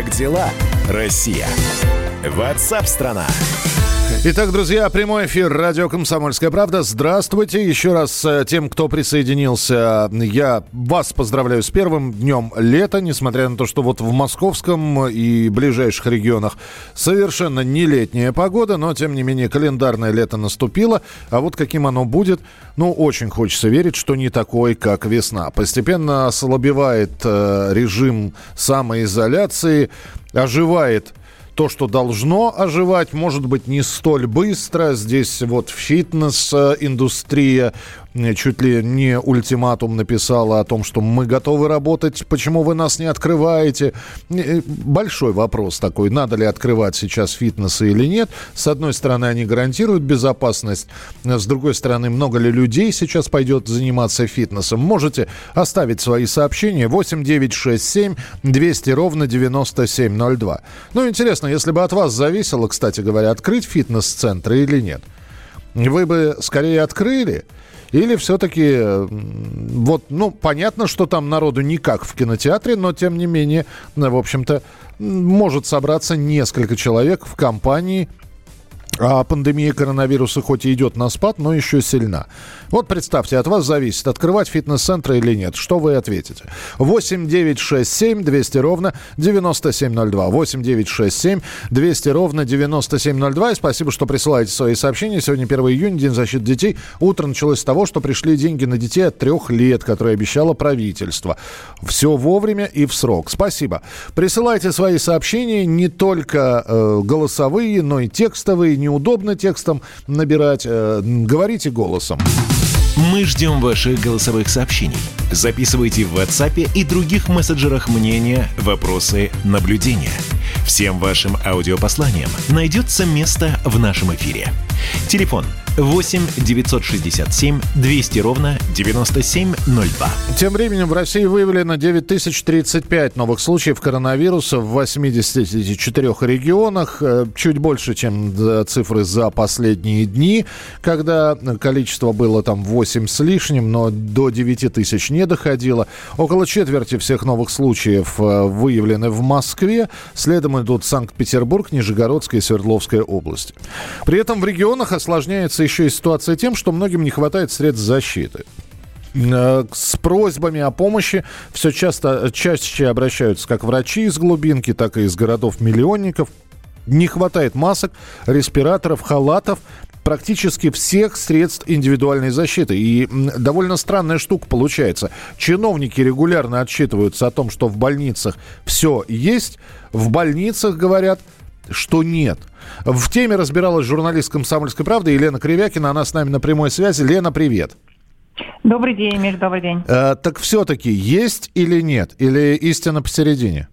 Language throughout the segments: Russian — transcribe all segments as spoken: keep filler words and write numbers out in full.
Как дела, Россия? Ватсап-страна! Итак, друзья, прямой эфир радио «Комсомольская правда». Здравствуйте. Еще раз тем, кто присоединился, я вас поздравляю с первым днем лета, несмотря на то, что вот в московском и ближайших регионах совершенно не летняя погода, но, тем не менее, календарное лето наступило. А вот каким оно будет, ну, очень хочется верить, что не такой, как весна. Постепенно ослабевает э, режим самоизоляции, оживает то, что должно оживать, может быть, не столь быстро. Здесь вот фитнес-индустрия чуть ли не ультиматум написала о том, что мы готовы работать, почему вы нас не открываете. Большой вопрос такой, надо ли открывать сейчас фитнесы или нет. С одной стороны, они гарантируют безопасность, с другой стороны, много ли людей сейчас пойдет заниматься фитнесом. Можете оставить свои сообщения восемь девятьсот шестьдесят семь двести ровно девяносто семь ноль два. Ну, интересно, если бы от вас зависело, кстати говоря, открыть фитнес-центры или нет, вы бы скорее открыли? Или все-таки, вот, ну, понятно, что там народу не как в кинотеатре, но, тем не менее, в общем-то, может собраться несколько человек в компании. А пандемия коронавируса хоть и идет на спад, но еще сильна. Вот представьте, от вас зависит, открывать фитнес-центры или нет. Что вы ответите? восемь девятьсот шестьдесят семь двести ровно девяносто семь ноль два. восемь девятьсот шестьдесят семь двести ровно девяносто семь ноль два. И спасибо, что присылаете свои сообщения. Сегодня первого июня, День защиты детей. Утро началось с того, что пришли деньги на детей от трех лет, которые обещало правительство. Все вовремя и в срок. Спасибо. Присылайте свои сообщения, не только э, голосовые, но и текстовые. Неудобно текстом набирать. Э, говорите голосом. Мы ждем ваших голосовых сообщений. Записывайте в WhatsApp и других мессенджерах мнения, вопросы, наблюдения. Всем вашим аудиопосланиям найдется место в нашем эфире. Телефон восемь девятьсот шестьдесят семь двести ровно девяносто семь ноль два. Тем временем в России выявлено девять тысяч тридцать пять новых случаев коронавируса в восьмидесяти четырёх регионах. Чуть больше, чем цифры за последние дни, когда количество было там восемь с лишним, но до девяти тысяч не доходило. Около четверти всех новых случаев выявлены в Москве. Следом идут Санкт-Петербург, Нижегородская и Свердловская области. При этом в регионах осложняется еще и ситуация тем, что многим не хватает средств защиты. С просьбами о помощи все часто, чаще обращаются как врачи из глубинки, так и из городов-миллионников. Не хватает масок, респираторов, халатов, практически всех средств индивидуальной защиты. И довольно странная штука получается. Чиновники регулярно отчитываются о том, что в больницах все есть. В больницах говорят, что нет. В теме разбиралась журналист «Комсомольской правды» Елена Кривякина. Она с нами на прямой связи. Лена, привет. Добрый день, Миш, добрый день. Э, так все-таки есть или нет? Или истина посередине?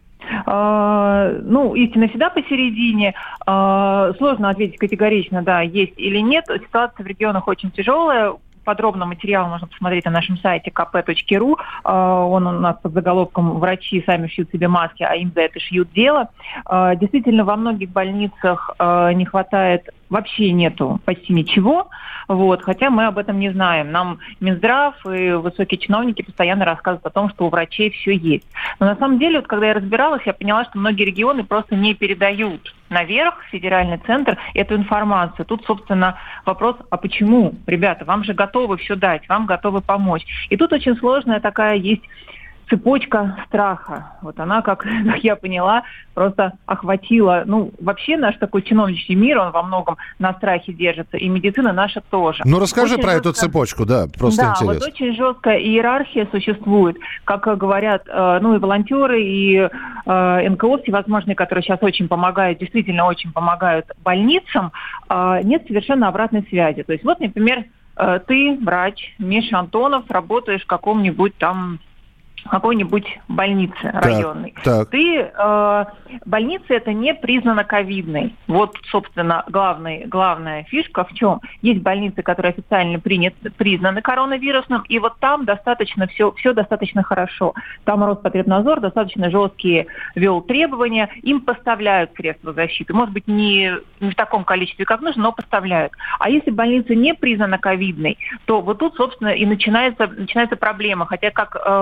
Э, ну, истина всегда посередине. Э, сложно ответить категорично, да, есть или нет. Ситуация в регионах очень тяжелая. Подробно материал можно посмотреть на нашем сайте ка пэ точка ру. Он у нас под заголовком «Врачи сами шьют себе маски, а им за это шьют дело». Действительно, во многих больницах не хватает, вообще нету почти ничего, вот, хотя мы об этом не знаем. Нам Минздрав и высокие чиновники постоянно рассказывают о том, что у врачей все есть. Но на самом деле, вот, когда я разбиралась, я поняла, что многие регионы просто не передают наверх, в федеральный центр, эту информацию. Тут, собственно, вопрос, а почему? Ребята, вам же готовы все дать, вам готовы помочь. И тут очень сложная такая есть цепочка страха. Вот она, как, как я поняла, просто охватила, ну, вообще наш такой чиновничий мир, он во многом на страхе держится, и медицина наша тоже. Ну, расскажи очень про жестко... эту цепочку, да, просто да, интересно. Да, вот очень жесткая иерархия существует, как говорят, э, ну, и волонтеры, и э, эн ка о всевозможные, которые сейчас очень помогают, действительно очень помогают больницам, э, нет совершенно обратной связи. То есть вот, например, э, ты, врач, Миша Антонов, работаешь в каком-нибудь там какой-нибудь больнице районной. Так, так. Ты, э, больница это не признана ковидной. Вот, собственно, главный, главная фишка в чем? Есть больницы, которые официально принят, признаны коронавирусным, и вот там достаточно все, все достаточно хорошо. Там Роспотребнадзор достаточно жесткие ввел требования, им поставляют средства защиты. Может быть, не, не в таком количестве, как нужно, но поставляют. А если больница не признана ковидной, то вот тут, собственно, и начинается, начинается проблема. Хотя, как э, говорят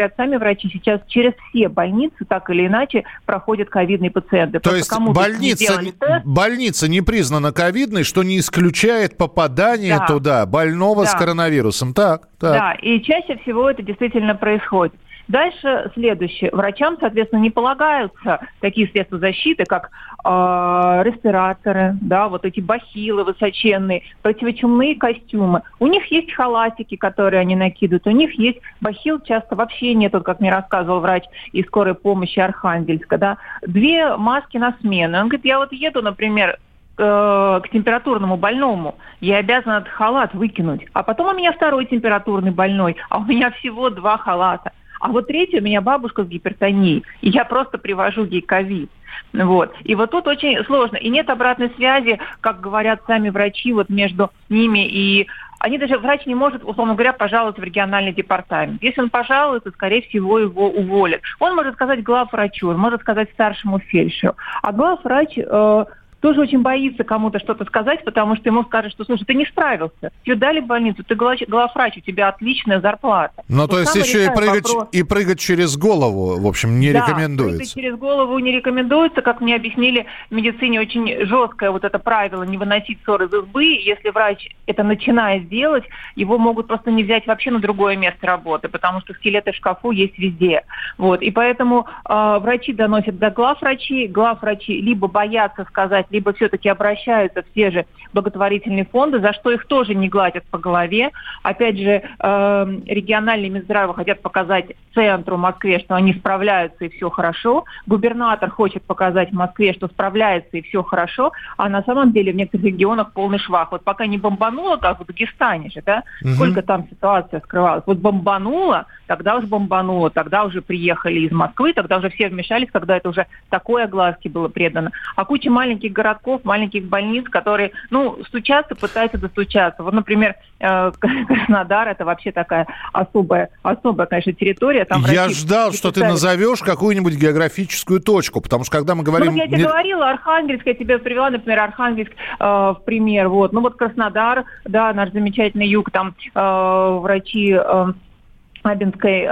говорят сами врачи, сейчас через все больницы так или иначе проходят ковидные пациенты. То есть больница, не больница не признана ковидной, что не исключает попадание да. туда больного да. с коронавирусом. Так, так. Да, и чаще всего это действительно происходит. Дальше следующее. Врачам, соответственно, не полагаются такие средства защиты, как э, респираторы, да, вот эти бахилы высоченные, противочумные костюмы. У них есть халатики, которые они накидывают, у них есть бахил, часто вообще нет, вот, как мне рассказывал врач из скорой помощи Архангельска, да, две маски на смену. Он говорит, я вот еду, например, к температурному больному, я обязана этот халат выкинуть. А потом у меня второй температурный больной, а у меня всего два халата. А вот третий у меня бабушка с гипертонией, и я просто привожу ей ковид. Вот. И вот тут очень сложно. И нет обратной связи, как говорят сами врачи, вот между ними и... Они даже, врач не может, условно говоря, пожаловаться в региональный департамент. Если он пожалуется, скорее всего, его уволят. Он может сказать главврачу, он может сказать старшему фельдшеру. А главврач... Э, тоже очень боится кому-то что-то сказать, потому что ему скажут, что, слушай, ты не справился, тебе дали больницу, ты главврач, у тебя отличная зарплата. Ну, то есть еще и прыгать, и прыгать через голову, в общем, не да, рекомендуется. прыгать через голову не рекомендуется. Как мне объяснили, в медицине очень жесткое вот это правило не выносить ссор из избы. Если врач это начинает делать, его могут просто не взять вообще на другое место работы, потому что скелеты в шкафу есть везде. Вот. И поэтому э, врачи доносят до главврачей, главврачи либо боятся сказать, либо все-таки обращаются в те же благотворительные фонды, за что их тоже не гладят по голове. Опять же, э, региональные Минздравы хотят показать центру Москве, что они справляются и все хорошо. Губернатор хочет показать в Москве, что справляется и все хорошо, а на самом деле в некоторых регионах полный швах. Вот пока не бомбануло, как в Дагестане же, да, угу. сколько там ситуация скрывалась. Вот бомбануло, тогда уж бомбануло, тогда уже приехали из Москвы, тогда уже все вмешались, когда это уже такой огласке было предано. А куча маленьких городков, маленьких больниц, которые, ну, стучатся, пытаются достучаться. Вот, например, Краснодар, это вообще такая особая, особая, конечно, территория. Там я ждал, что ты назовешь какую-нибудь географическую точку, потому что когда мы говорим... Ну, я тебе не... говорила, Архангельск, я тебе привела, например, Архангельск э, в пример. Вот. Ну, вот Краснодар, да, наш замечательный юг, там э, врачи... Э, Абинской,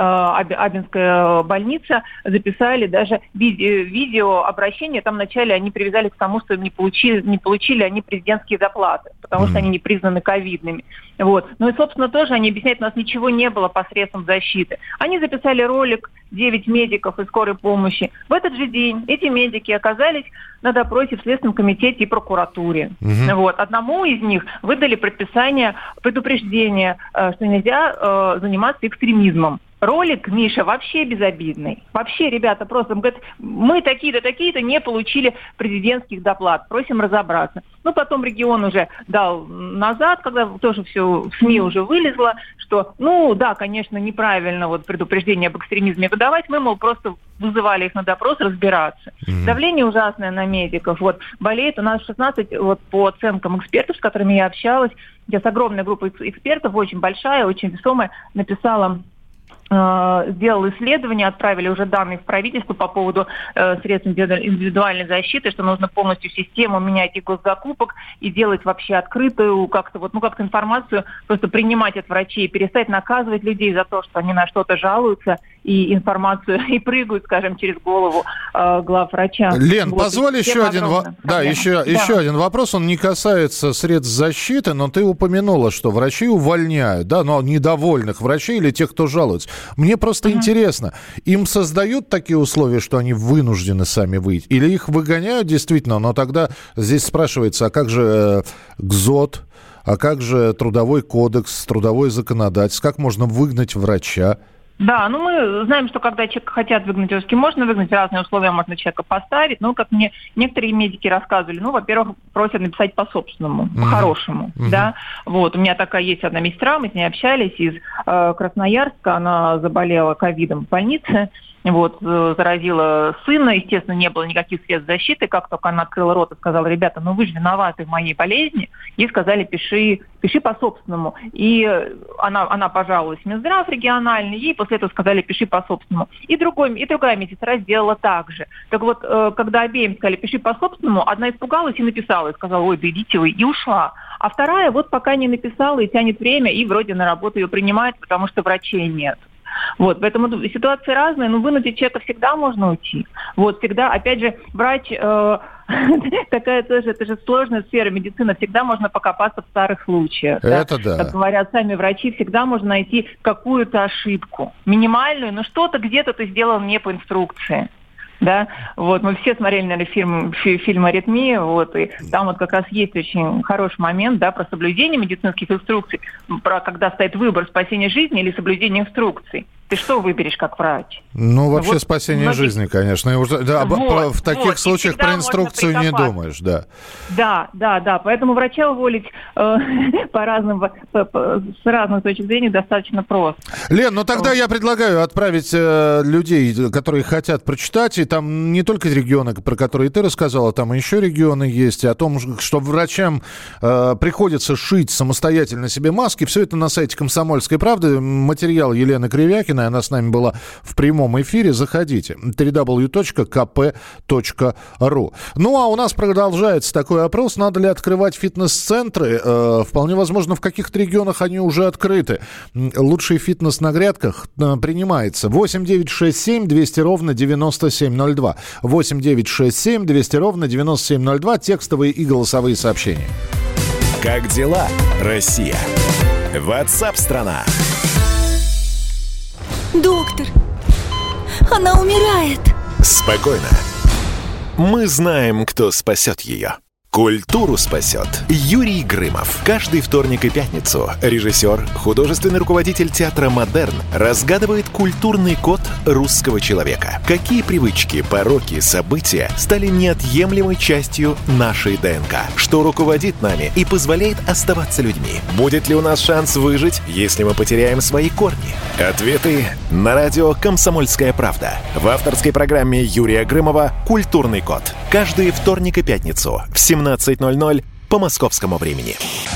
Абинская больница записали даже видео, видео обращение. Там вначале они привязали к тому, что не получили, не получили они президентские зарплаты, потому что они не признаны ковидными. Вот. Ну и, собственно, тоже они объясняют, у нас ничего не было посредством защиты. Они записали ролик, девять медиков из скорой помощи. В этот же день эти медики оказались на допросе в Следственном комитете и прокуратуре. Угу. Вот. Одному из них выдали предписание, предупреждение, что нельзя э, заниматься экстремизмом. Ролик, Миша, вообще безобидный. Вообще, ребята, просто говорят, мы такие-то, такие-то не получили президентских доплат. Просим разобраться. Ну, потом регион уже дал назад, когда тоже все в СМИ уже вылезло, что, ну, да, конечно, неправильно вот предупреждение об экстремизме выдавать. Мы, мол, просто вызывали их на допрос разбираться. Mm-hmm. Давление ужасное на медиков. Вот, болеет у нас шестнадцать, вот по оценкам экспертов, с которыми я общалась, я с огромной группой экспертов, очень большая, очень весомая, написала... сделал исследование, отправили уже данные в правительство по поводу э, средств индивидуальной защиты, что нужно полностью систему менять и госзакупок, и делать вообще открытую как-то вот, ну как-то информацию, просто принимать от врачей, перестать наказывать людей за то, что они на что-то жалуются, и информацию, и прыгают, скажем, через голову э, главврача. Лен, вот, позволь еще один, во... да, еще, да. еще один вопрос, он не касается средств защиты, но ты упомянула, что врачи увольняют, да, но недовольных врачей или тех, кто жалуется. Мне просто uh-huh. интересно, им создают такие условия, что они вынуждены сами выйти? Или их выгоняют действительно? Но тогда здесь спрашивается, а как же э, ГЗОТ, а как же трудовой кодекс, трудовое законодательство? Как можно выгнать врача? Да, ну мы знаем, что когда человека хотят выгнать, его можно выгнать, разные условия можно человека поставить, но, как мне некоторые медики рассказывали, ну, во-первых, просят написать по-собственному, uh-huh. по-хорошему, uh-huh. да, вот, у меня такая есть одна медсестра, мы с ней общались из э, Красноярска, она заболела ковидом в больнице, вот, заразила сына, естественно, не было никаких средств защиты, как только она открыла рот и сказала, ребята, ну вы же виноваты в моей болезни, ей сказали, пиши, пиши по-собственному, и она, она пожаловалась в Минздрав региональный, ей после этого сказали, пиши по-собственному, и, другой, и другая медсестра сделала так же. Так вот, когда обеим сказали, пиши по-собственному, одна испугалась и написала, и сказала, ой, да идите вы, и ушла, а вторая вот пока не написала и тянет время, и вроде на работу ее принимают, потому что врачей нет. Вот, поэтому ситуации разные, но вынудить человека всегда можно уйти. Вот, всегда, опять же, врач, э, такая тоже, это же сложная сфера медицины, всегда можно покопаться в старых случаях. Это да. да. Как говорят сами врачи, всегда можно найти какую-то ошибку, минимальную, но что-то где-то ты сделал не по инструкции. Да, вот мы все смотрели, наверное, фильм, фи, фильм «Аритмия», вот, и там вот как раз есть очень хороший момент, да, про соблюдение медицинских инструкций, про когда стоит выбор спасения жизни или соблюдение инструкций. Ты что выберешь как врач? Ну, вообще вот, спасение многие... жизни, конечно. И уже, да, вот, в таких вот, случаях про инструкцию не думаешь, да. Да, да, да. Поэтому врача уволить э, по разным, по, по, с разных точек зрения достаточно просто. Лен, ну тогда вот. Я предлагаю отправить э, людей, которые хотят прочитать, и там не только регионы, про которые ты рассказала, там еще регионы есть, о том, что врачам э, приходится шить самостоятельно себе маски. Все это на сайте «Комсомольской правды». Материал Елены Кривякиной. Она с нами была в прямом эфире. Заходите. дабл ю дабл ю дабл ю точка ка пэ точка ру. Ну, а у нас продолжается такой опрос. Надо ли открывать фитнес-центры? Э, вполне возможно, в каких-то регионах они уже открыты. Лучший фитнес на грядках э, принимается. восемь девятьсот шестьдесят семь двести ровно девяносто семь ноль два. восемь девятьсот шестьдесят семь двести ровно девяносто семь ноль два. Текстовые и голосовые сообщения. Как дела, Россия? WhatsApp-страна. Доктор, она умирает. Спокойно. Мы знаем, кто спасет ее. Культуру спасет Юрий Грымов. Каждый вторник и пятницу режиссер, художественный руководитель театра «Модерн» разгадывает культурный код русского человека. Какие привычки, пороки, события стали неотъемлемой частью нашей ДНК? Что руководит нами и позволяет оставаться людьми? Будет ли у нас шанс выжить, если мы потеряем свои корни? Ответы на радио «Комсомольская правда». В авторской программе Юрия Грымова «Культурный код». Каждый вторник и пятницу в семнадцать ноль ноль по московскому времени.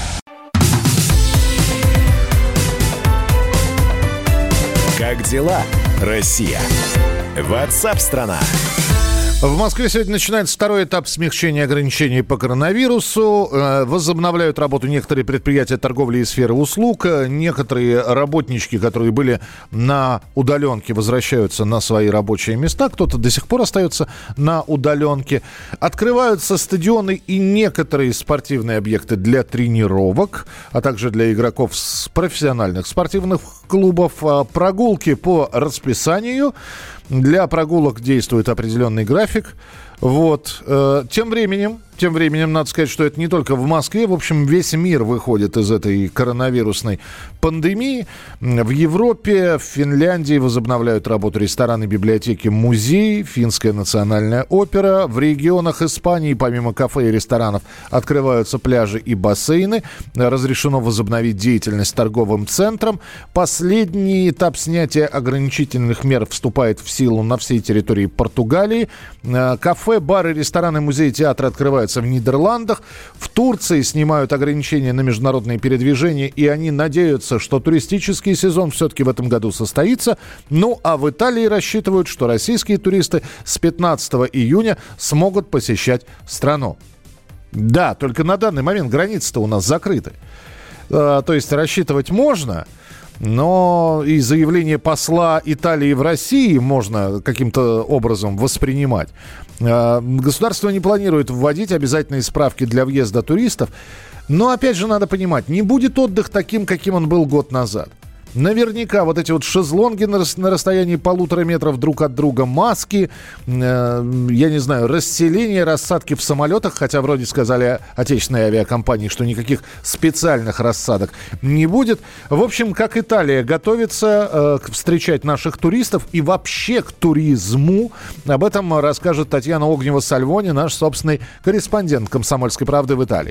Как дела, Россия? WhatsApp-страна. В Москве сегодня начинается второй этап смягчения ограничений по коронавирусу. Возобновляют работу некоторые предприятия торговли и сферы услуг. Некоторые работнички, которые были на удаленке, возвращаются на свои рабочие места. Кто-то до сих пор остается на удаленке. Открываются стадионы и некоторые спортивные объекты для тренировок, а также для игроков с профессиональных спортивных клубов. Прогулки по расписанию. Для прогулок действует определенный график. Вот. Тем временем, тем временем, надо сказать, что это не только в Москве. В общем, весь мир выходит из этой коронавирусной пандемии. В Европе, в Финляндии возобновляют работу рестораны, библиотеки, музеи, Финская национальная опера. В регионах Испании, помимо кафе и ресторанов, открываются пляжи и бассейны. Разрешено возобновить деятельность торговым центрам. Последний этап снятия ограничительных мер вступает в силу на всей территории Португалии. Кафе, бары, рестораны, музеи, театры открываются в Нидерландах. В Турции снимают ограничения на международные передвижения, и они надеются, что туристический сезон все-таки в этом году состоится. Ну, а в Италии рассчитывают, что российские туристы с пятнадцатого июня смогут посещать страну. Да, только на данный момент границы-то у нас закрыты. А, то есть рассчитывать можно, но и заявление посла Италии в России можно каким-то образом воспринимать. Государство не планирует вводить обязательные справки для въезда туристов. Но, опять же, надо понимать, не будет отдых таким, каким он был год назад. Наверняка вот эти вот шезлонги на, рас, на расстоянии полутора метров друг от друга, маски, э, я не знаю, расселение, рассадки в самолетах, хотя вроде сказали отечественные авиакомпании, что никаких специальных рассадок не будет. В общем, как Италия готовится э, встречать наших туристов и вообще к туризму, об этом расскажет Татьяна Огнева-Сальвони, наш собственный корреспондент «Комсомольской правды» в Италии.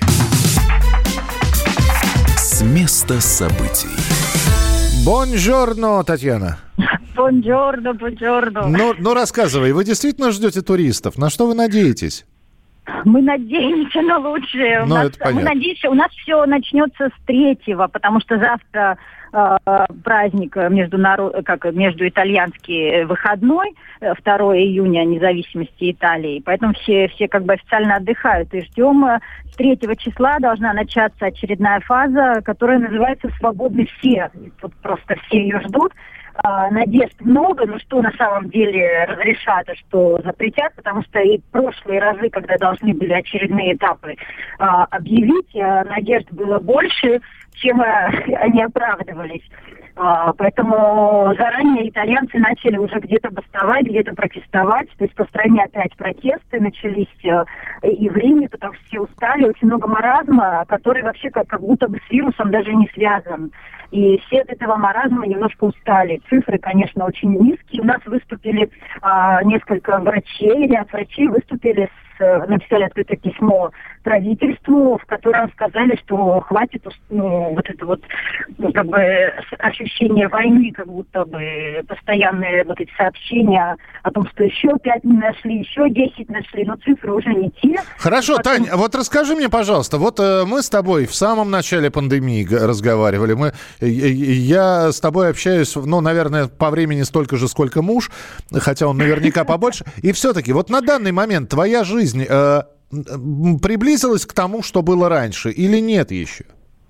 С места событий. Бонжорно, Татьяна. Бонжорно, бонжорно. Ну, ну, рассказывай, вы действительно ждете туристов? На что вы надеетесь? Мы надеемся на лучшее. Ну, у нас, это понятно. Мы надеемся, у нас все начнется с третьего, потому что завтра э, праздник международ, как между итальянский выходной, второго июня, независимости Италии. Поэтому все, все как бы официально отдыхают. И ждем, с третьего числа должна начаться очередная фаза, которая называется «Свободны все». Тут просто все ее ждут. а, надежд много, но что на самом деле разрешат, а что запретят, потому что и прошлые разы, когда должны были очередные этапы а, объявить, а, надежд было больше, чем а, они оправдывались. А, поэтому заранее итальянцы начали уже где-то бастовать, где-то протестовать. То есть по стране опять протесты начались а, и в Риме, потому что все устали. Очень много маразма, который вообще как, как будто бы с вирусом даже не связан. И все от этого маразма немножко устали. Цифры, конечно, очень низкие. У нас выступили а, несколько врачей, ряд врачей выступили с, написали открытое письмо правительству, в котором сказали, что хватит ну, вот это вот ну, как бы ощущение войны, как будто бы постоянные вот эти сообщения о том, что еще пять не нашли, еще десять нашли, но цифры уже не те. Хорошо, потом... Тань, вот расскажи мне, пожалуйста, вот э, мы с тобой в самом начале пандемии разговаривали, мы, э, я с тобой общаюсь, ну, наверное, по времени столько же, сколько муж, хотя он наверняка побольше, и все-таки вот на данный момент твоя жизнь э, приблизилась к тому, что было раньше, или нет еще?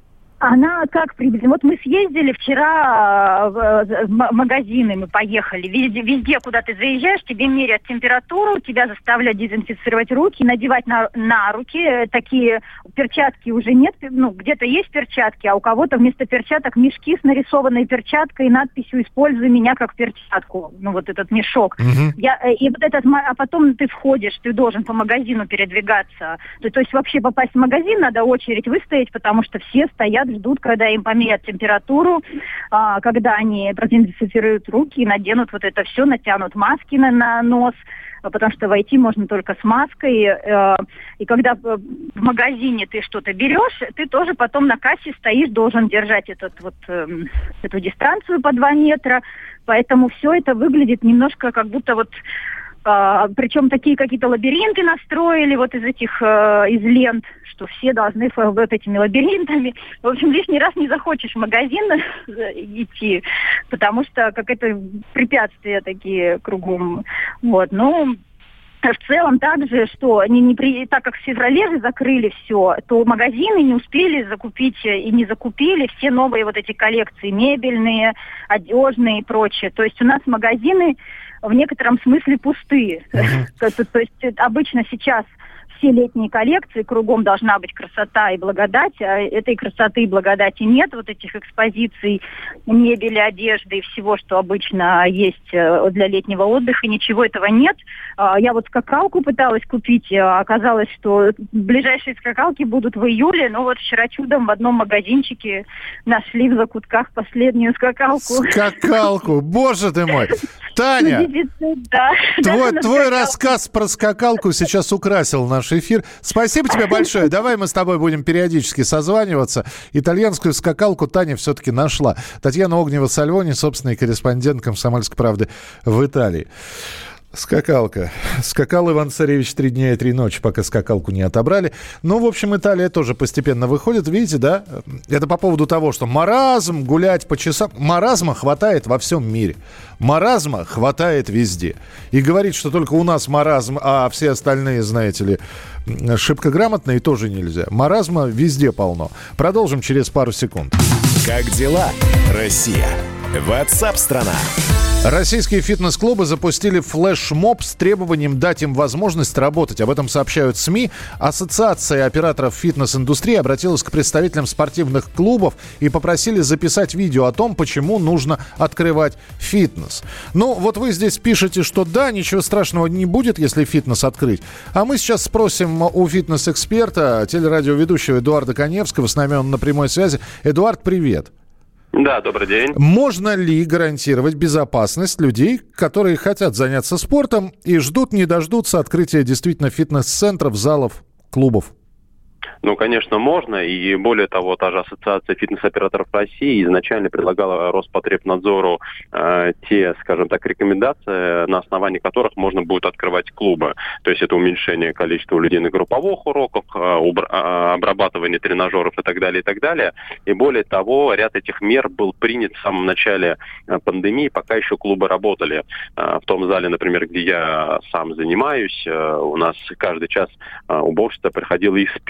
Она как приблизилась? Вот мы съездили вчера в, в магазины, мы поехали. Везде, везде, куда ты заезжаешь, тебе меряют температуру, тебя заставляют дезинфицировать руки, надевать на, на руки. Такие перчатки уже нет. Ну, где-то есть перчатки, а у кого-то вместо перчаток мешки с нарисованной перчаткой и надписью «Используй меня как перчатку». Ну, вот этот мешок. Uh-huh. Я, и вот этот, а потом ты входишь, ты должен по магазину передвигаться. То, то есть вообще попасть в магазин надо очередь выстоять, потому что все стоят, ждут, когда им померят температуру, а, когда они продезинфицируют руки, наденут вот это все, натянут маски на, на нос, потому что войти можно только с маской. Э, и когда в магазине ты что-то берешь, ты тоже потом на кассе стоишь, должен держать этот, вот, э, эту дистанцию по два метра. Поэтому все это выглядит немножко как будто вот... Uh, причем такие какие-то лабиринты настроили вот из этих, uh, из лент, что все должны вот этими лабиринтами. В общем, лишний раз не захочешь в магазин идти, потому что как это препятствия такие кругом. Вот, ну... В целом также, что они не при... так как в феврале же закрыли все, то магазины не успели закупить и не закупили все новые вот эти коллекции мебельные, одежные и прочее. То есть у нас магазины в некотором смысле пустые. Uh-huh. то, то есть обычно сейчас все летние коллекции, кругом должна быть красота и благодать, а этой красоты и благодати нет, вот этих экспозиций мебели, одежды и всего, что обычно есть для летнего отдыха, ничего этого нет. Я вот скакалку пыталась купить, оказалось, что ближайшие скакалки будут в июле, но вот вчера чудом в одном магазинчике нашли в закутках последнюю скакалку. Скакалку, боже ты мой! Таня, твой, твой рассказ про скакалку сейчас украсил наш эфир. Спасибо тебе большое. Давай мы с тобой будем периодически созваниваться. Итальянскую скакалку Таня все-таки нашла. Татьяна Огнева-Сальвони, собственный корреспондент «Комсомольской правды» в Италии. Скакалка. Скакал Иван-Царевич три дня и три ночи, пока скакалку не отобрали. Ну, в общем, Италия тоже постепенно выходит. Видите, да? Это по поводу того, что маразм, гулять по часам. Маразма хватает во всем мире. Маразма хватает везде. И говорить, что только у нас маразм, а все остальные, знаете ли, шибко грамотные, тоже нельзя. Маразма везде полно. Продолжим через пару секунд. Как дела, Россия? WhatsApp-страна. Российские фитнес-клубы запустили флешмоб с требованием дать им возможность работать. Об этом сообщают СМИ. Ассоциация операторов фитнес-индустрии обратилась к представителям спортивных клубов и попросили записать видео о том, почему нужно открывать фитнес. Ну, вот вы здесь пишете, что да, ничего страшного не будет, если фитнес открыть. А мы сейчас спросим у фитнес-эксперта, телерадиоведущего Эдуарда Коневского. С нами он на прямой связи. Эдуард, привет. Да, добрый день. Можно ли гарантировать безопасность людей, которые хотят заняться спортом и ждут, не дождутся открытия действительно фитнес-центров, залов, клубов? Ну, конечно, можно. И более того, та же Ассоциация фитнес-операторов России изначально предлагала Роспотребнадзору э, те, скажем так, рекомендации, на основании которых можно будет открывать клубы. То есть это уменьшение количества людей на групповых уроках, э, убр- э, обрабатывание тренажеров и так далее, и так далее. И более того, ряд этих мер был принят в самом начале э, пандемии, пока еще клубы работали. Э, в том зале, например, где я сам занимаюсь, э, у нас каждый час э, уборщица приходила и спиртом,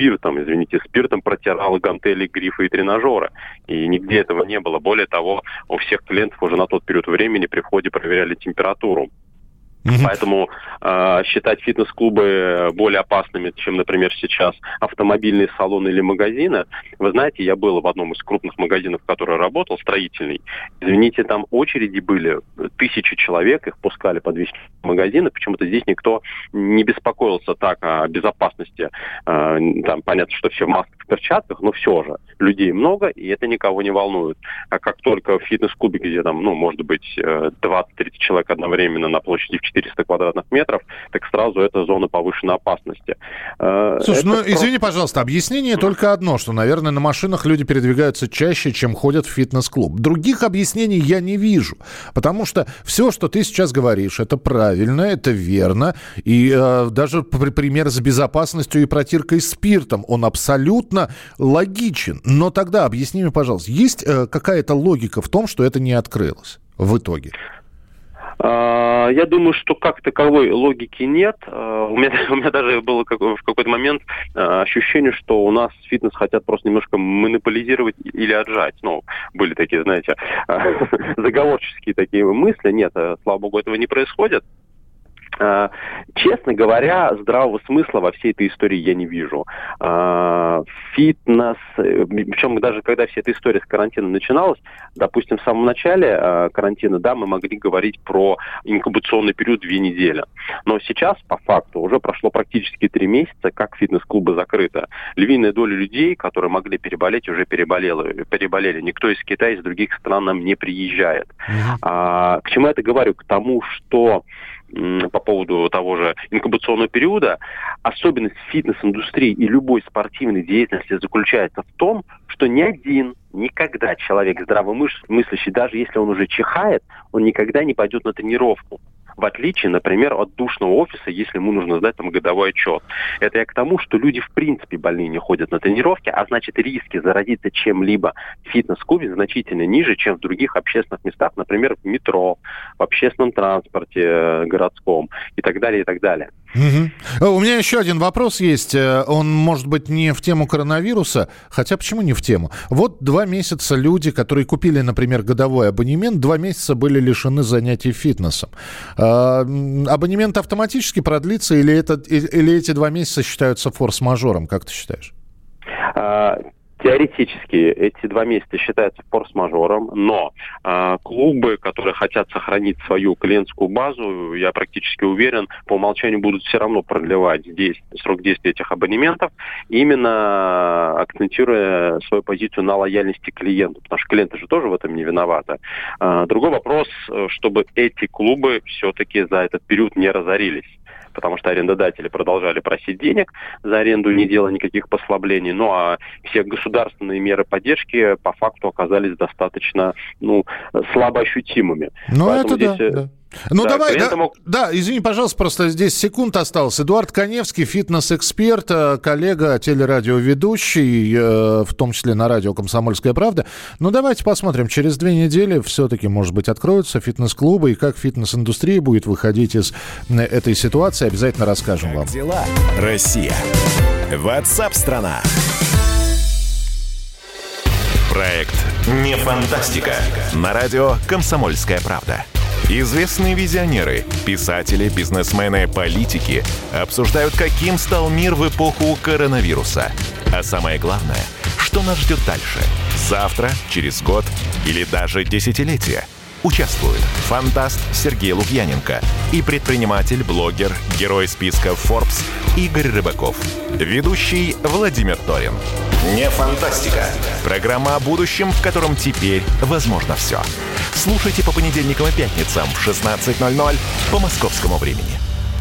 извините, спиртом протирал гантели, грифы и тренажеры. И нигде этого не было. Более того, у всех клиентов уже на тот период времени при входе проверяли температуру. Mm-hmm. Поэтому э, считать фитнес-клубы более опасными, чем, например, сейчас автомобильные салоны или магазины. Вы знаете, я был в одном из крупных магазинов, в котором работал, строительный. Извините, там очереди были, тысячи человек, их пускали по двести магазинов. Почему-то здесь никто не беспокоился так о безопасности. Э, там понятно, что все в масках, в перчатках, но все же. Людей много, и это никого не волнует. А как только в фитнес-клубе, где там, ну, может быть, двадцать-тридцать человек одновременно на площади в четыреста квадратных метров, так сразу это зона повышенной опасности. Слушай, это ну, просто... извини, пожалуйста, объяснение только одно, что, наверное, на машинах люди передвигаются чаще, чем ходят в фитнес-клуб. Других объяснений я не вижу, потому что все, что ты сейчас говоришь, это правильно, это верно, и э, даже пример с безопасностью и протиркой спиртом, он абсолютно логичен. Но тогда объясни мне, пожалуйста, есть э, какая-то логика в том, что это не открылось в итоге? Я думаю, что как таковой логики нет. У меня, у меня даже было в какой-то момент ощущение, что у нас фитнес хотят просто немножко монополизировать или отжать. Ну, были такие, знаете, заговорческие такие мысли. Нет, слава богу, этого не происходит. Честно говоря, здравого смысла во всей этой истории я не вижу. Фитнес, причем даже когда вся эта история с карантином начиналась, допустим, в самом начале карантина, да, мы могли говорить про инкубационный период две недели. Но сейчас, по факту, уже прошло практически три месяца, как фитнес-клубы закрыты. Львиная доля людей, которые могли переболеть, уже переболели. переболели. Никто из Китая, из других стран нам не приезжает. Mm-hmm. А, к чему я это говорю? К тому, что по поводу того же инкубационного периода, особенность фитнес-индустрии и любой спортивной деятельности заключается в том, что ни один, никогда человек здравомыслящий, даже если он уже чихает, он никогда не пойдет на тренировку. В отличие, например, от душного офиса, если ему нужно сдать там годовой отчет. Это я к тому, что люди в принципе больные не ходят на тренировки, а значит риски заразиться чем-либо в фитнес-клубе значительно ниже, чем в других общественных местах, например, в метро, в общественном транспорте городском и так далее, и так далее. Угу. У меня еще один вопрос есть. Он, может быть, не в тему коронавируса, хотя почему не в тему? Вот два месяца люди, которые купили, например, годовой абонемент, два месяца были лишены занятий фитнесом. Абонемент автоматически продлится или, это, или эти два месяца считаются форс-мажором? Как ты считаешь? Теоретически эти два месяца считаются форс-мажором, но э, клубы, которые хотят сохранить свою клиентскую базу, я практически уверен, по умолчанию будут все равно продлевать здесь срок действия этих абонементов, именно акцентируя свою позицию на лояльности клиенту, потому что клиенты же тоже в этом не виноваты. Э, другой вопрос, чтобы эти клубы все-таки за этот период не разорились. Потому что арендодатели продолжали просить денег за аренду, не делая никаких послаблений. Ну, а все государственные меры поддержки по факту оказались достаточно, ну, слабо ощутимыми. Ну, это здесь... да, да. Ну, да, давай, да, мог... да, извини, пожалуйста, просто здесь секунд осталось. Эдуард Коневский, фитнес-эксперт, коллега, телерадиоведущий, э, в том числе на радио «Комсомольская правда». Ну, давайте посмотрим, через две недели все-таки, может быть, откроются фитнес-клубы, и как фитнес-индустрия будет выходить из этой ситуации, обязательно расскажем как вам. Дела, Россия? WhatsApp-страна. Проект «Не фантастика» на радио «Комсомольская правда». Известные визионеры, писатели, бизнесмены, политики обсуждают, каким стал мир в эпоху коронавируса. А самое главное, что нас ждет дальше? Завтра, через год или даже десятилетие? Участвуют фантаст Сергей Лукьяненко и предприниматель, блогер, герой списка Forbes Игорь Рыбаков. Ведущий Владимир Торин. Не фантастика. Программа о будущем, в котором теперь возможно все. Слушайте по понедельникам и пятницам в шестнадцать ноль ноль по московскому времени.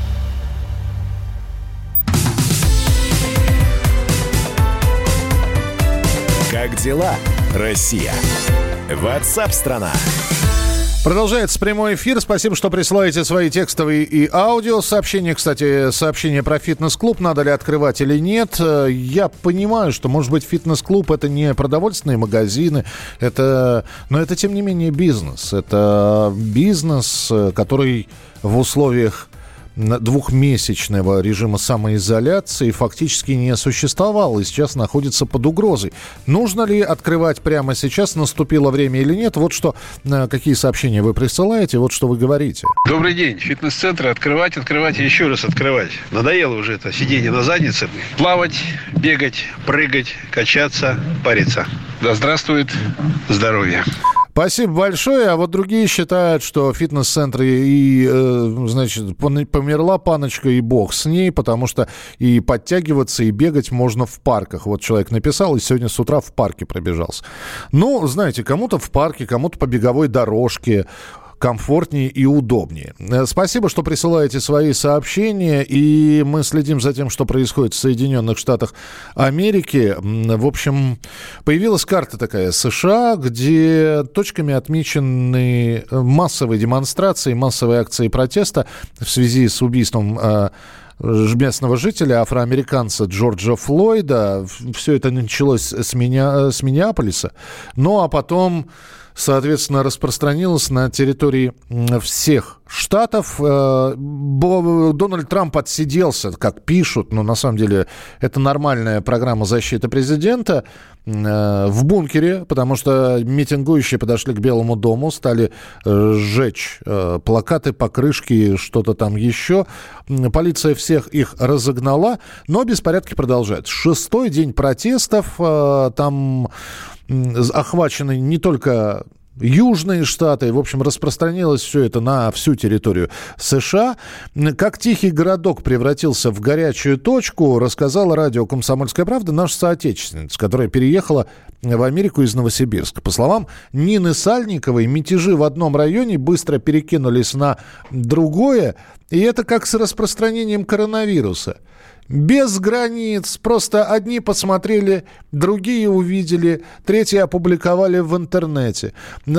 Как дела, Россия? WhatsApp-страна. Продолжается прямой эфир. Спасибо, что присылаете свои текстовые и аудио сообщения. Кстати, сообщение про фитнес-клуб, надо ли открывать или нет. Я понимаю, что, может быть, фитнес-клуб — это не продовольственные магазины, это... но это, тем не менее, бизнес. Это бизнес, который в условиях двухмесячного режима самоизоляции фактически не существовало и сейчас находится под угрозой. Нужно ли открывать прямо сейчас, наступило время или нет? Вот что, какие сообщения вы присылаете, вот что вы говорите. Добрый день. Фитнес-центры открывать, открывать и еще раз открывать. Надоело уже это сидение на заднице. Плавать, бегать, прыгать, качаться, париться. Да здравствует здоровье. Спасибо большое. А вот другие считают, что фитнес-центры и, э, значит, померла паночка и бог с ней, потому что и подтягиваться, и бегать можно в парках. Вот человек написал, и сегодня с утра в парке пробежался. Ну, знаете, кому-то в парке, кому-то по беговой дорожке комфортнее и удобнее. Спасибо, что присылаете свои сообщения, и мы следим за тем, что происходит в Соединенных Штатах Америки. В общем, появилась карта такая США, где точками отмечены массовые демонстрации, массовые акции протеста в связи с убийством местного жителя, афроамериканца Джорджа Флойда. Все это началось с, Мини... с Миннеаполиса. Ну, а потом, соответственно, распространилось на территории всех штатов. Дональд Трамп отсиделся, как пишут, но на самом деле это нормальная программа защиты президента, в бункере, потому что митингующие подошли к Белому дому, стали сжечь плакаты, покрышки, что-то там еще. Полиция всех их разогнала, но беспорядки продолжаются. Шестой день протестов, там охвачены не только Южные Штаты, в общем, распространилось все это на всю территорию США. Как тихий городок превратился в горячую точку, рассказала радио «Комсомольская правда» наша соотечественница, которая переехала в Америку из Новосибирска. По словам Нины Сальниковой, мятежи в одном районе быстро перекинулись на другое, и это как с распространением коронавируса. Без границ. Просто одни посмотрели, другие увидели, третьи опубликовали в интернете.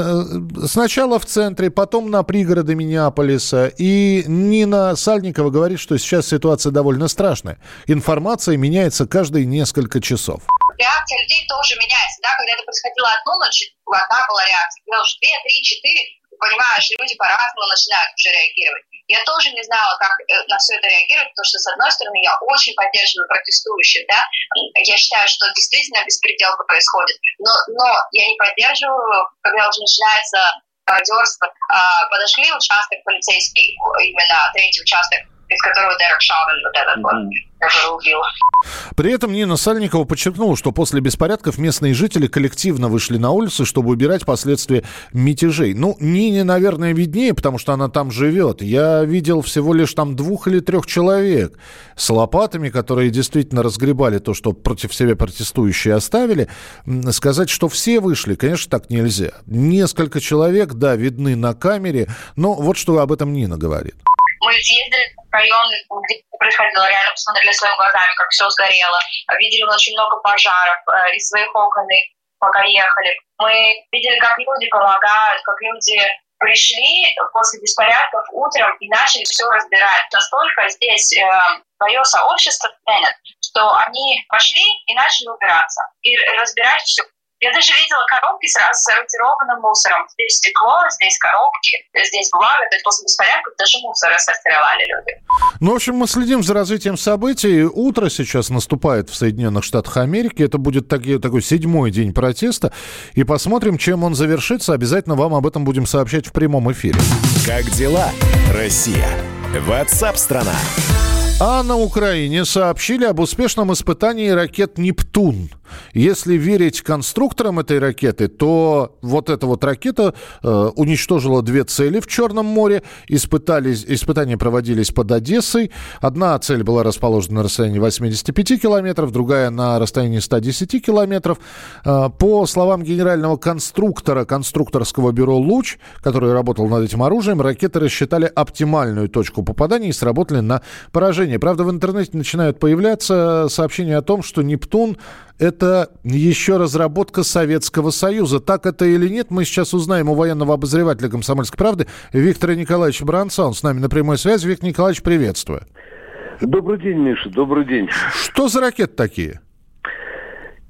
Сначала в центре, потом на пригороды Миннеаполиса. И Нина Сальникова говорит, что сейчас ситуация довольно страшная. Информация меняется каждые несколько часов. Реакция людей тоже меняется. Да? Когда это происходило одну ночь, одна была реакция. Когда уже две, три, четыре, ты понимаешь, люди по-разному начинают уже реагировать. Я тоже не знала, как на все это реагировать, потому что, с одной стороны, я очень поддерживаю протестующих, да, я считаю, что действительно беспредел происходит, но, но я не поддерживаю, когда уже начинается мародерство. Подошли участок полицейский, именно третий участок, из которого Дерек Шаувен вот этот вот, который убил. При этом Нина Сальникова подчеркнула, что после беспорядков местные жители коллективно вышли на улицы, чтобы убирать последствия мятежей. Ну, Нине, наверное, виднее, потому что она там живет. Я видел всего лишь там двух или трех человек с лопатами, которые действительно разгребали то, что против себя протестующие оставили. Сказать, что все вышли, конечно, так нельзя. Несколько человек, да, видны на камере, но вот что об этом Нина говорит. Мы съездили в район, где происходило, реально посмотрели своими глазами, как все сгорело. Видели очень много пожаров э, из своих окон, пока ехали. Мы видели, как люди помогают, как люди пришли после беспорядков утром и начали все разбирать. Настолько здесь э, свое сообщество ценят, что они пошли и начали убираться и разбирать все. Я даже видела коробки с рассортированным мусором. Здесь стекло, здесь коробки, здесь бумага. То есть после беспорядков даже мусор рассортировали люди. Ну, в общем, мы следим за развитием событий. Утро сейчас наступает в Соединенных Штатах Америки. Это будет таки, такой седьмой день протеста. И посмотрим, чем он завершится. Обязательно вам об этом будем сообщать в прямом эфире. Как дела, Россия? Ватсап-страна! А на Украине сообщили об успешном испытании ракет «Нептун». Если верить конструкторам этой ракеты, то вот эта вот ракета э, уничтожила две цели в Черном море. Испытались, испытания проводились под Одессой. Одна цель была расположена на расстоянии восемьдесят пять километров, другая на расстоянии сто десять километров. Э, по словам генерального конструктора конструкторского бюро «Луч», который работал над этим оружием, ракеты рассчитали оптимальную точку попадания и сработали на поражение. Правда, в интернете начинают появляться сообщения о том, что «Нептун» — это еще разработка Советского Союза. Так это или нет, мы сейчас узнаем у военного обозревателя «Комсомольской правды» Виктора Николаевича Баранца. Он с нами на прямой связи. Виктор Николаевич, приветствую. Добрый день, Миша, добрый день. Что за ракеты такие?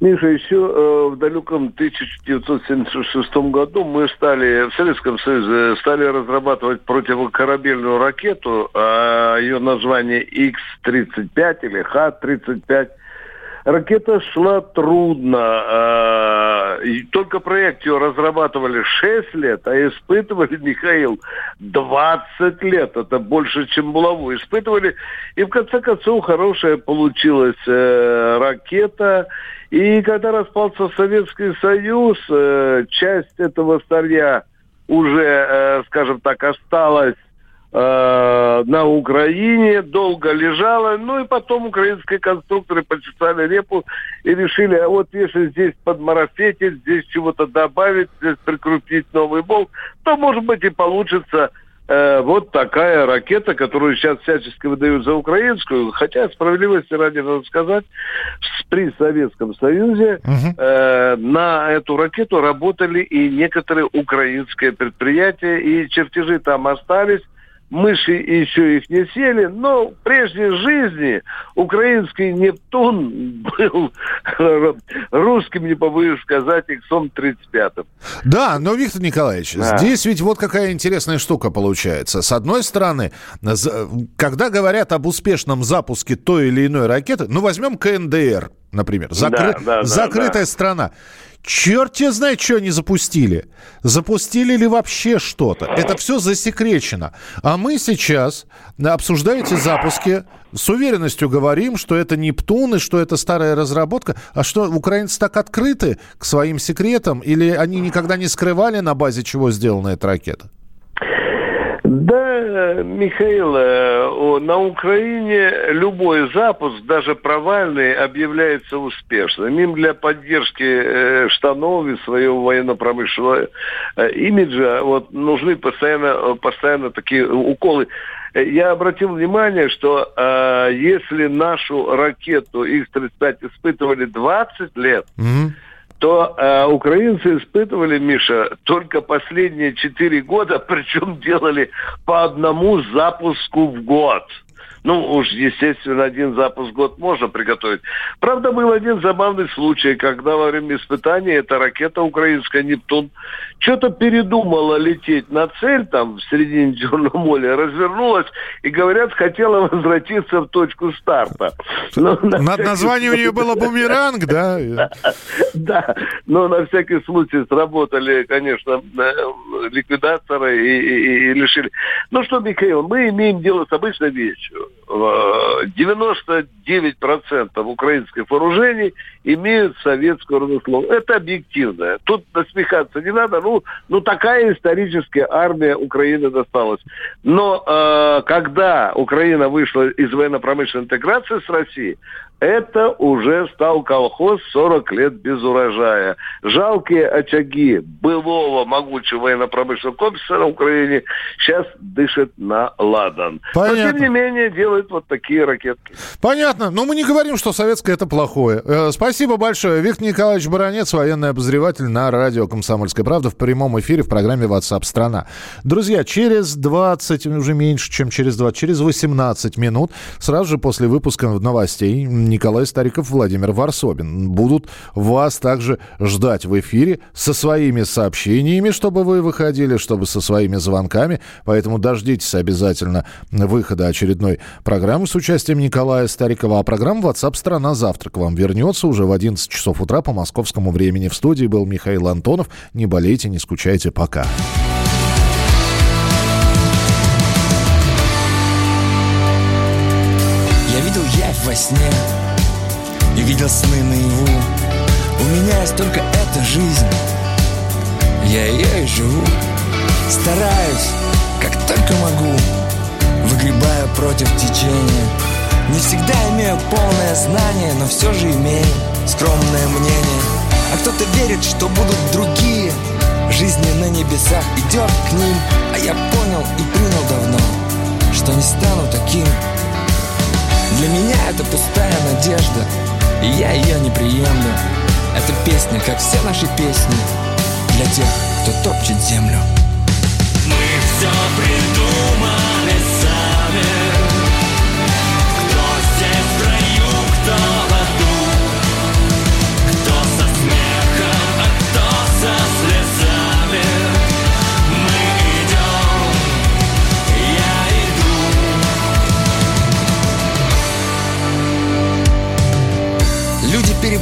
Миша, еще э, в далеком тысяча девятьсот семьдесят шестом году мы стали, в Советском Союзе, стали разрабатывать противокорабельную ракету, э, ее название икс тридцать пять или ха тридцать пять. Ракета шла трудно. Э, и только проект ее разрабатывали шесть лет, а испытывали, Михаил, двадцать лет. Это больше, чем булаву. Испытывали, и в конце концов хорошая получилась э, ракета. И когда распался Советский Союз, э, часть этого старья уже, э, скажем так, осталась э, на Украине, долго лежала. Ну и потом украинские конструкторы почесали репу и решили, а вот если здесь подмарафетить, здесь чего-то добавить, здесь прикрутить новый болт, то, может быть, и получится э, вот такая ракета, которую сейчас всячески выдают за украинскую. Хотя, справедливости ради, надо сказать, при Советском Союзе uh-huh. э, на эту ракету работали и некоторые украинские предприятия, и чертежи там остались. Мыши еще их не сели, но в прежней жизни украинский «Нептун» был русским, не побоюсь сказать, иксом тридцать пятым. Да, но, Виктор Николаевич, а. здесь ведь вот какая интересная штука получается. С одной стороны, когда говорят об успешном запуске той или иной ракеты, ну, возьмем ка эн дэ эр, например, закры... да, да, закрытая да. страна. Черт тебе знает, что они запустили. Запустили ли вообще что-то? Это все засекречено. А мы сейчас, обсуждая эти запуски, с уверенностью говорим, что это Нептун и что это старая разработка. А что, украинцы так открыты к своим секретам? Или они никогда не скрывали, на базе чего сделана эта ракета? Да, Михаил, на Украине любой запуск, даже провальный, объявляется успешным. Им для поддержки штанов и своего военно-промышленного имиджа вот, нужны постоянно, постоянно такие уколы. Я обратил внимание, что э, если нашу ракету икс тридцать пять испытывали двадцать лет, mm-hmm. то э, украинцы испытывали, Миша, только последние четыре года, причем делали по одному запуску в год. Ну, уж, естественно, один запуск в год можно приготовить. Правда, был один забавный случай, когда во время испытания эта ракета украинская «Нептун» что-то передумала лететь на цель, там, в середине Черного моря, развернулась и, говорят, хотела возвратиться в точку старта. Но Над названием у нее было «Бумеранг», да? Да, но на всякий случай сработали, конечно, ликвидаторы и лишили. Ну что, Михаил, мы имеем дело с обычной вещью. девяносто девять процентов украинских вооружений имеют советскую родословную. Это объективно. Тут насмехаться не надо. Ну, ну такая историческая армия Украины досталась. Но э, когда Украина вышла из военно-промышленной интеграции с Россией, это уже стал колхоз сорок лет без урожая. Жалкие очаги былого могучего военно-промышленного комплекса на Украине сейчас дышат на ладан. Понятно. Но, тем не менее, делают вот такие ракетки. Понятно. Но мы не говорим, что советское это плохое. Э, спасибо большое. Виктор Николаевич Баранец, военный обозреватель на радио «Комсомольская правда» в прямом эфире в программе WhatsApp страна. Друзья, через двадцать, уже меньше, чем через двадцать, через восемнадцать минут, сразу же после выпуска новостей, Николай Стариков, Владимир Варсобин будут вас также ждать в эфире со своими сообщениями, чтобы вы выходили, чтобы со своими звонками. Поэтому дождитесь обязательно выхода очередной программы с участием Николая Старикова. А программа WhatsApp страна завтра к вам вернется уже в одиннадцать часов утра по московскому времени. В студии был Михаил Антонов. Не болейте, не скучайте. Пока. Я видел явь во сне и видел сны наяву. У меня есть только эта жизнь, я ее и живу. Стараюсь, как только могу, выгребая против течения. Не всегда имею полное знание, но все же имею скромное мнение. А кто-то верит, что будут другие. Жизни на небесах идет к ним. А я понял и принял давно, что не стану таким. Для меня это пустая надежда, и я ее не приемлю. Эта песня, как все наши песни, для тех, кто топчет землю. Мы все придумали сами. Кто здесь в раю, кто в аду, кто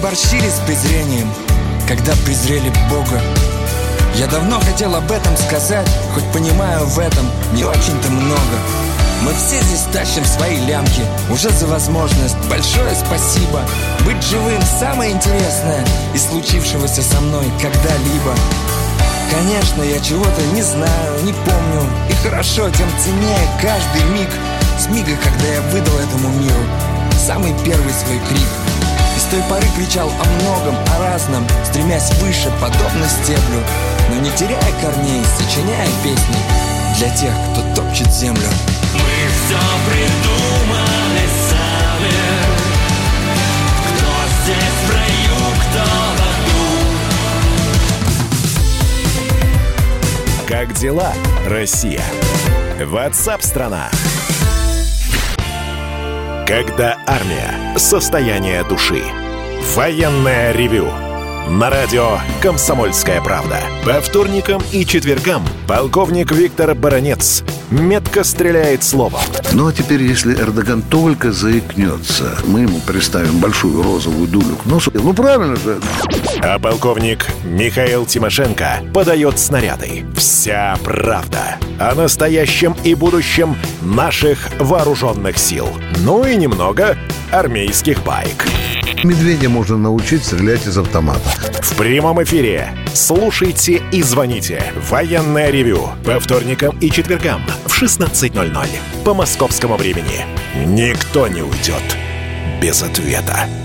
переборщили с презрением, когда презрели Бога. Я давно хотел об этом сказать, хоть понимаю в этом не очень-то много. Мы все здесь тащим свои лямки, уже за возможность большое спасибо. Быть живым самое интересное из случившегося со мной когда-либо. Конечно, я чего-то не знаю, не помню, и хорошо, тем ценнее каждый миг с мига, когда я выдал этому миру самый первый свой крик. И с той поры кричал о многом, о разном, стремясь выше, подобно стеблю, но не теряя корней, сочиняя песни для тех, кто топчет землю. Мы все придумали сами. Кто здесь в раю, кто в аду. Как дела, Россия? WhatsApp-страна. Когда армия. Состояние души. Военное ревю. На радио «Комсомольская правда». По вторникам и четвергам полковник Виктор Баранец метко стреляет словом. Ну а теперь, если Эрдоган только заикнется, мы ему приставим большую розовую дулю к носу. Ну правильно же. А полковник Михаил Тимошенко подает снаряды. Вся правда о настоящем и будущем наших вооруженных сил. Ну и немного армейских баек. Медведя можно научить стрелять из автомата. В прямом эфире слушайте и звоните. Военное ревю по вторникам и четвергам в шестнадцать ноль ноль по московскому времени. Никто не уйдет без ответа.